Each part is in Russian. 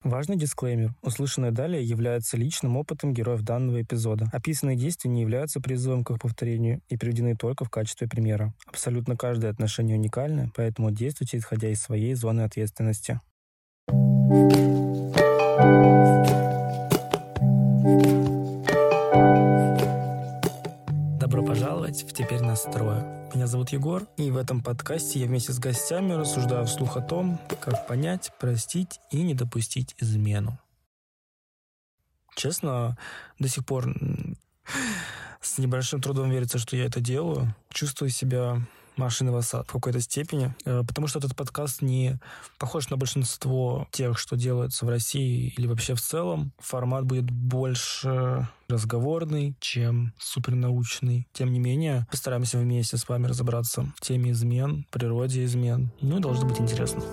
Важный дисклеймер. Услышанное далее является личным опытом героев данного эпизода. Описанные действия не являются призывом к их повторению и приведены только в качестве примера. Абсолютно каждое отношение уникально, поэтому действуйте, исходя из своей зоны ответственности. Добро пожаловать в «Теперь настрою». Меня зовут Егор, и в этом подкасте я вместе с гостями рассуждаю вслух о том, как понять, простить и не допустить измену. Честно, до сих пор с небольшим трудом верится, что я это делаю. Чувствую себя машиной в осад в какой-то степени, потому что этот подкаст не похож на большинство тех, что делается в России или вообще в целом. Формат будет больше разговорный, чем супернаучный. Тем не менее, постараемся вместе с вами разобраться в теме измен, природе измен. Ну и должно быть интересно.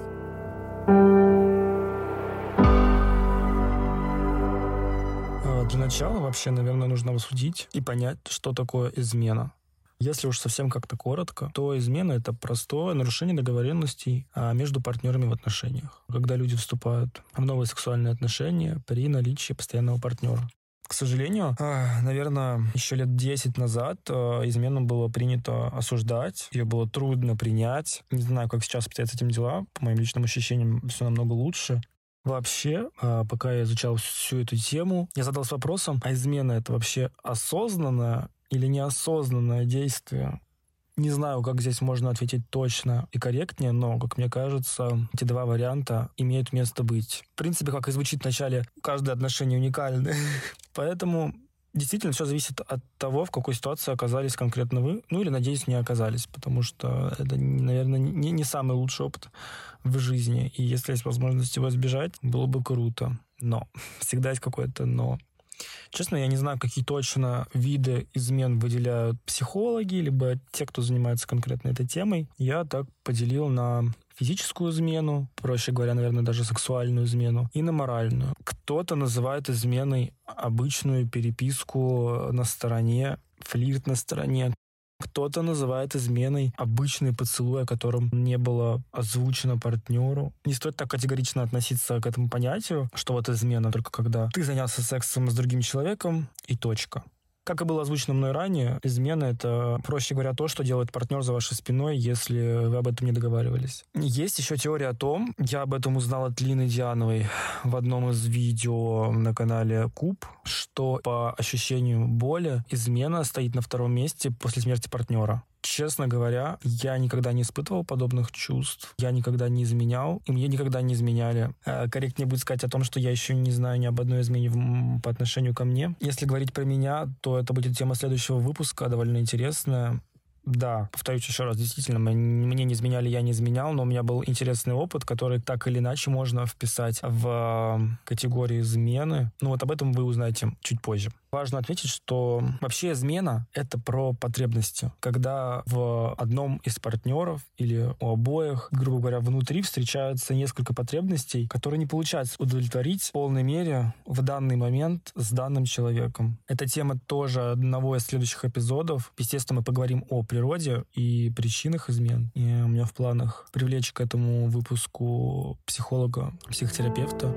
Для начала вообще, наверное, нужно обсудить и понять, что такое измена. Если уж совсем как-то коротко, то измена — это простое нарушение договоренностей между партнерами в отношениях, когда люди вступают в новые сексуальные отношения при наличии постоянного партнера. К сожалению, наверное, еще лет 10 назад измену было принято осуждать, ее было трудно принять. Не знаю, как сейчас обстоят с этим дела, по моим личным ощущениям все намного лучше. Вообще, пока я изучал всю эту тему, я задался вопросом, а измена — это вообще осознанное или неосознанное действие? Не знаю, как здесь можно ответить точно и корректнее, но, как мне кажется, эти два варианта имеют место быть. В принципе, как и звучит в начале, каждое отношение уникальное. Поэтому действительно все зависит от того, в какой ситуации оказались конкретно вы. Ну или, надеюсь, не оказались, потому что это, наверное, не самый лучший опыт в жизни. И если есть возможность его избежать, было бы круто. Но всегда есть какое-то «но». Честно, я не знаю, какие точно виды измен выделяют психологи, либо те, кто занимается конкретно этой темой. Я так поделил на физическую измену, проще говоря, наверное, даже сексуальную измену, и на моральную. Кто-то называет изменой обычную переписку на стороне, флирт на стороне. Кто-то называет изменой обычный поцелуй, о котором не было озвучено партнеру. Не стоит так категорично относиться к этому понятию, что вот измена только когда ты занялся сексом с другим человеком и точка. Как и было озвучено мной ранее, измена — это, проще говоря, то, что делает партнер за вашей спиной, если вы об этом не договаривались. Есть еще теория о том, я об этом узнал от Лины Диановой в одном из видео на канале Куб, что по ощущению боли измена стоит на втором месте после смерти партнера. Честно говоря, я никогда не испытывал подобных чувств. Я никогда не изменял, и мне никогда не изменяли. Корректнее будет сказать о том, что я еще не знаю ни об одной измене по отношению ко мне. Если говорить про меня, то это будет тема следующего выпуска, довольно интересная. Да, повторюсь еще раз, действительно, мне не изменяли, я не изменял, но у меня был интересный опыт, который так или иначе можно вписать в категорию измены. Ну вот об этом вы узнаете чуть позже. Важно отметить, что вообще измена — это про потребности. Когда в одном из партнеров или у обоих, грубо говоря, внутри встречаются несколько потребностей, которые не получается удовлетворить в полной мере в данный момент с данным человеком. Это тема тоже одного из следующих эпизодов. Естественно, мы поговорим о природе и причинах измен. И у меня в планах привлечь к этому выпуску психолога, психотерапевта.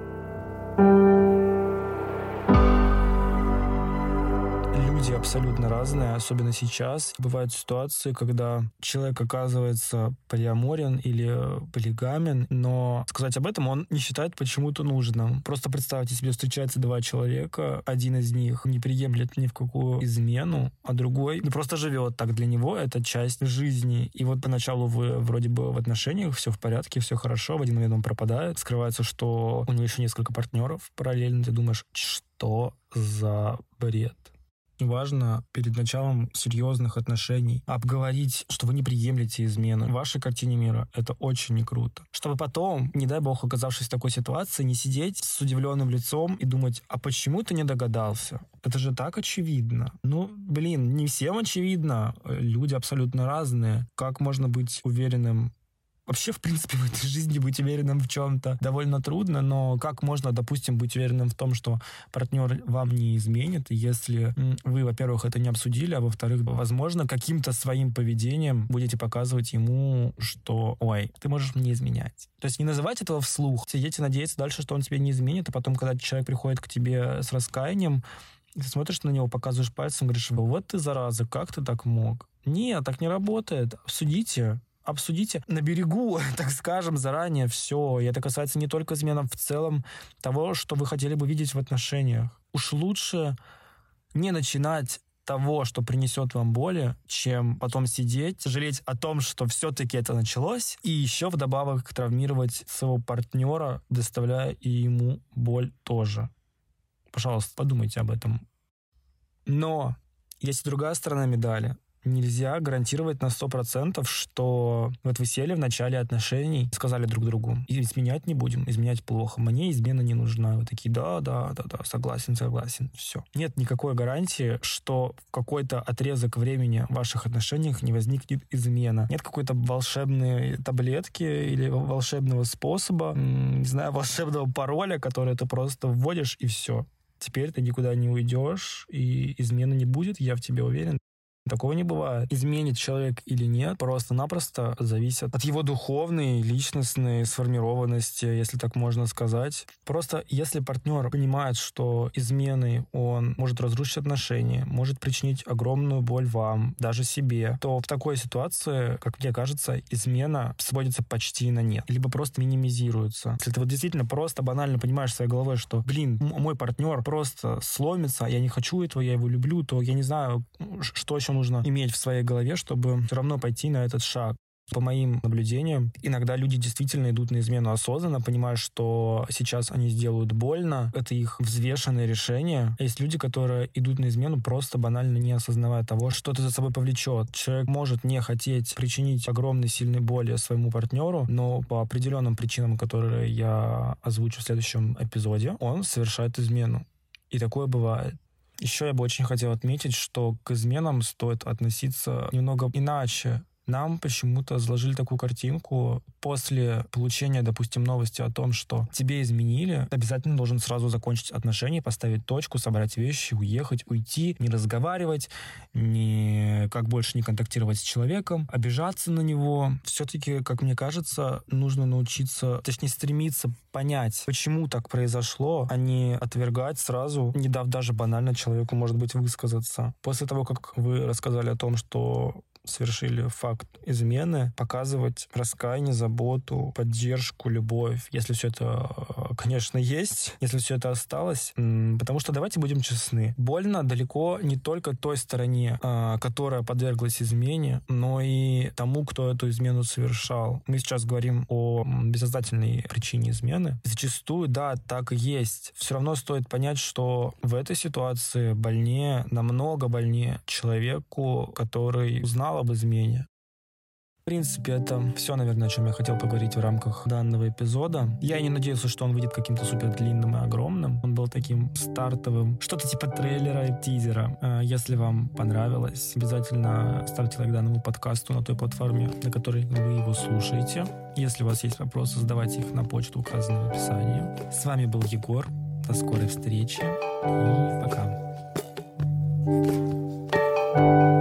Люди абсолютно разные, особенно сейчас. Бывают ситуации, когда человек оказывается полиаморен или полигамен, но сказать об этом он не считает почему-то нужным. Просто представьте себе, встречаются два человека, один из них не приемлет ни в какую измену, а другой просто живет так. Для него это часть жизни. И вот поначалу вы вроде бы в отношениях, все в порядке, все хорошо, в один момент он пропадает, скрывается, что у него еще несколько партнеров параллельно. Ты думаешь, что за бред? Важно перед началом серьезных отношений обговорить, что вы не приемлете измены. В вашей картине мира это очень не круто. Чтобы потом, не дай бог, оказавшись в такой ситуации, не сидеть с удивленным лицом и думать, а почему ты не догадался? Это же так очевидно. Не всем очевидно. Люди абсолютно разные. Как можно быть уверенным Вообще, в принципе, в этой жизни быть уверенным в чем-то довольно трудно, но как можно, допустим, быть уверенным в том, что партнер вам не изменит, если вы, во-первых, это не обсудили, а во-вторых, возможно, каким-то своим поведением будете показывать ему, что, ой, ты можешь мне изменять. То есть не называть этого вслух, сидеть и надеяться дальше, что он тебе не изменит, а потом, когда человек приходит к тебе с раскаянием, ты смотришь на него, показываешь пальцем, говоришь, вот ты зараза, как ты так мог? Нет, так не работает. Обсудите на берегу, так скажем, заранее все. И это касается не только измен, в целом того, что вы хотели бы видеть в отношениях. Уж лучше не начинать того, что принесет вам боли, чем потом сидеть, жалеть о том, что все-таки это началось, и еще вдобавок травмировать своего партнера, доставляя и ему боль тоже. Пожалуйста, подумайте об этом. Но есть и другая сторона медали. Нельзя гарантировать на 100%, что вот вы сели в начале отношений, сказали друг другу, изменять не будем, изменять плохо, мне измена не нужна. Вы такие, да, согласен, все. Нет никакой гарантии, что в какой-то отрезок времени в ваших отношениях не возникнет измена. Нет какой-то волшебной таблетки или волшебного способа, не знаю, волшебного пароля, который ты просто вводишь и все. Теперь ты никуда не уйдешь, и измены не будет, я в тебе уверен. Такого не бывает. Изменит человек или нет, просто-напросто зависит от его духовной, личностной сформированности, если так можно сказать. Просто если партнер понимает, что изменой он может разрушить отношения, может причинить огромную боль вам, даже себе, то в такой ситуации, как мне кажется, измена сводится почти на нет. Либо просто минимизируется. Если ты вот действительно просто банально понимаешь своей головой, что, мой партнер просто сломится, я не хочу этого, я его люблю, то я не знаю, что еще нужно иметь в своей голове, чтобы все равно пойти на этот шаг. По моим наблюдениям, иногда люди действительно идут на измену осознанно, понимая, что сейчас они сделают больно. Это их взвешенное решение. Есть люди, которые идут на измену просто банально не осознавая того, что это за собой повлечет. Человек может не хотеть причинить огромной сильной боли своему партнеру, но по определенным причинам, которые я озвучу в следующем эпизоде, он совершает измену. И такое бывает. Еще я бы очень хотел отметить, что к изменам стоит относиться немного иначе. Нам почему-то заложили такую картинку. После получения, допустим, новости о том, что тебе изменили, ты обязательно должен сразу закончить отношения, поставить точку, собрать вещи, уехать, уйти, не разговаривать, как больше не контактировать с человеком, обижаться на него. Все-таки, как мне кажется, нужно научиться, точнее, стремиться понять, почему так произошло, а не отвергать сразу, не дав даже банально человеку, может быть, высказаться. После того, как вы рассказали о том, что совершили факт измены, показывать раскаяние, заботу, поддержку, любовь, если все это, конечно, есть, если все это осталось. Потому что давайте будем честны. Больно далеко не только той стороне, которая подверглась измене, но и тому, кто эту измену совершал. Мы сейчас говорим о безсознательной причине измены. Зачастую, да, так и есть. Все равно стоит понять, что в этой ситуации больнее, намного больнее человеку, который узнал об измене. В принципе, это все, наверное, о чем я хотел поговорить в рамках данного эпизода. Я не надеялся, что он выйдет каким-то супер длинным и огромным. Он был таким стартовым, что-то типа трейлера и тизера. Если вам понравилось, обязательно ставьте лайк данному подкасту на той платформе, на которой вы его слушаете. Если у вас есть вопросы, задавайте их на почту, указанную в описании. С вами был Егор. До скорой встречи и пока.